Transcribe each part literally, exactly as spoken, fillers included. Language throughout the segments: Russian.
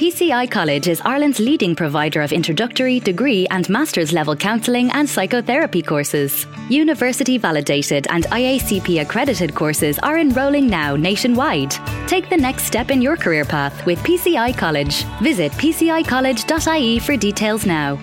P C I College is Ireland's leading provider of introductory, degree and master's level counselling and psychotherapy courses. University validated and I A C P accredited courses are enrolling now nationwide. Take the next step in your career path with P C I College. Visit p c i college dot i e for details now.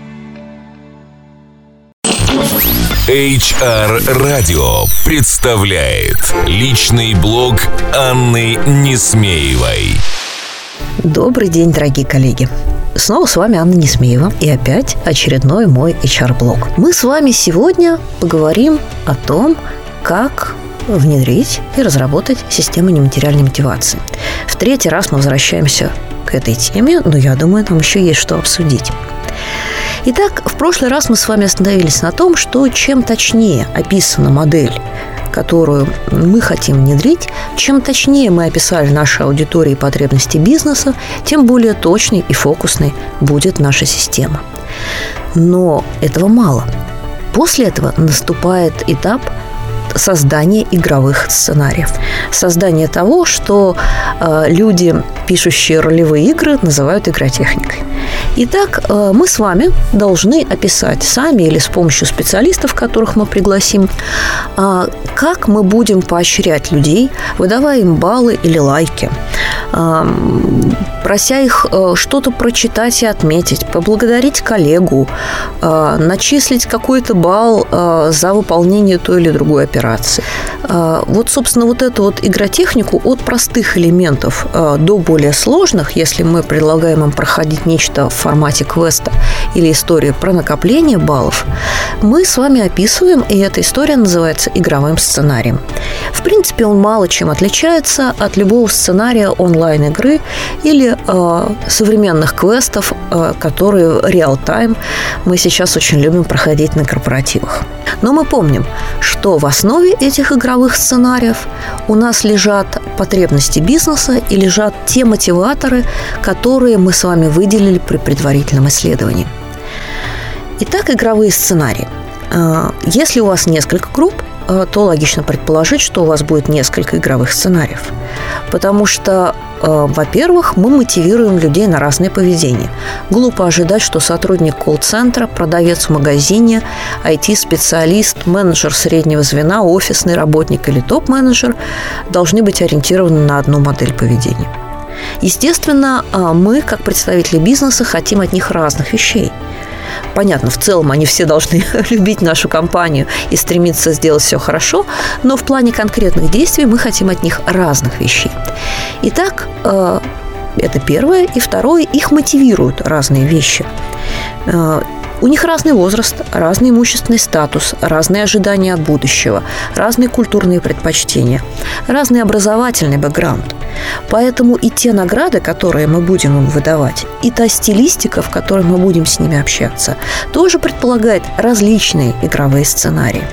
эйч ар Radio представляет личный блог Анны Несмеевой. Добрый день, дорогие коллеги. Снова с вами Анна Несмеева и опять очередной мой эйч ар-блог. Мы с вами сегодня поговорим о том, как внедрить и разработать систему нематериальной мотивации. В третий раз мы возвращаемся к этой теме, но я думаю, нам еще есть что обсудить. Итак, в прошлый раз мы с вами остановились на том, что чем точнее описана модель, которую мы хотим внедрить, чем точнее мы описали нашей аудитории потребности бизнеса, тем более точной и фокусной будет наша система. Но этого мало. После этого наступает этап создания игровых сценариев. Создание того, что э, люди, пишущие ролевые игры, называют игротехникой. Итак, э, мы с вами должны описать сами или с помощью специалистов, которых мы пригласим, э, как мы будем поощрять людей, выдавая им баллы или лайки, э, прося их э, что-то прочитать и отметить, поблагодарить коллегу, э, начислить какой-то балл э, за выполнение той или другой операции. Вот, собственно, вот эту вот игротехнику от простых элементов до более сложных, если мы предлагаем им проходить нечто в формате квеста или истории про накопление баллов, мы с вами описываем, и эта история называется игровым сценарием. В принципе, он мало чем отличается от любого сценария онлайн-игры или э, современных квестов, э, которые реал-тайм мы сейчас очень любим проходить на корпоративах. Но мы помним, что в основе этих игровых сценариев у нас лежат потребности бизнеса и лежат те мотиваторы, которые мы с вами выделили при предварительном исследовании. Итак, игровые сценарии. Если у вас несколько групп, то логично предположить, что у вас будет несколько игровых сценариев. Потому что, во-первых, мы мотивируем людей на разное поведение. Глупо ожидать, что сотрудник колл-центра, продавец в магазине, ай ти-специалист, менеджер среднего звена, офисный работник или топ-менеджер должны быть ориентированы на одну модель поведения. Естественно, мы, как представители бизнеса, хотим от них разных вещей. Понятно, в целом они все должны любить нашу компанию и стремиться сделать все хорошо, но в плане конкретных действий мы хотим от них разных вещей. Итак, это первое. И второе, их мотивируют разные вещи. У них разный возраст, разный имущественный статус, разные ожидания от будущего, разные культурные предпочтения, разный образовательный бэкграунд. Поэтому и те награды, которые мы будем им выдавать, и та стилистика, в которой мы будем с ними общаться, тоже предполагает различные игровые сценарии.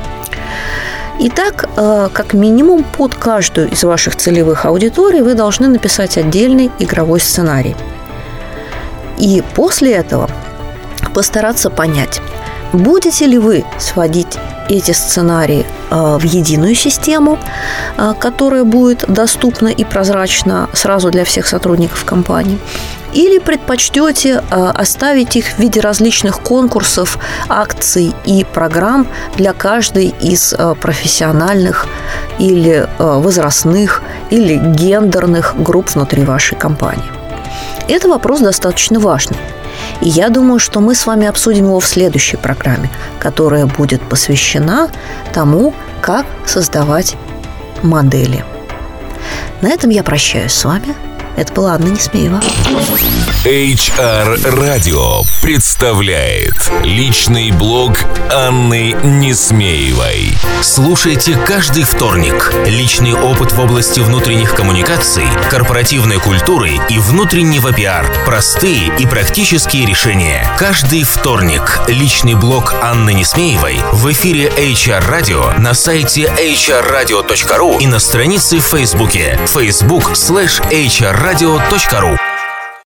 Итак, как минимум под каждую из ваших целевых аудиторий вы должны написать отдельный игровой сценарий. И после этого постараться понять, будете ли вы сводить эти сценарии в единую систему, которая будет доступна и прозрачна сразу для всех сотрудников компании, или предпочтете оставить их в виде различных конкурсов, акций и программ для каждой из профессиональных или возрастных или гендерных групп внутри вашей компании. Это вопрос достаточно важный. И я думаю, что мы с вами обсудим его в следующей программе, которая будет посвящена тому, как создавать модели. На этом я прощаюсь с вами. Это была Анна Несмеева. эйч ар Radio представляет личный блог Анны Несмеевой. Слушайте каждый вторник. Личный опыт в области внутренних коммуникаций, корпоративной культуры и внутреннего пиар. Простые и практические решения. Каждый вторник. Личный блог Анны Несмеевой в эфире эйч ар Radio на сайте эйч ар радио точка ру и на странице в Фейсбуке facebook слэш эйч ар радио точка ру.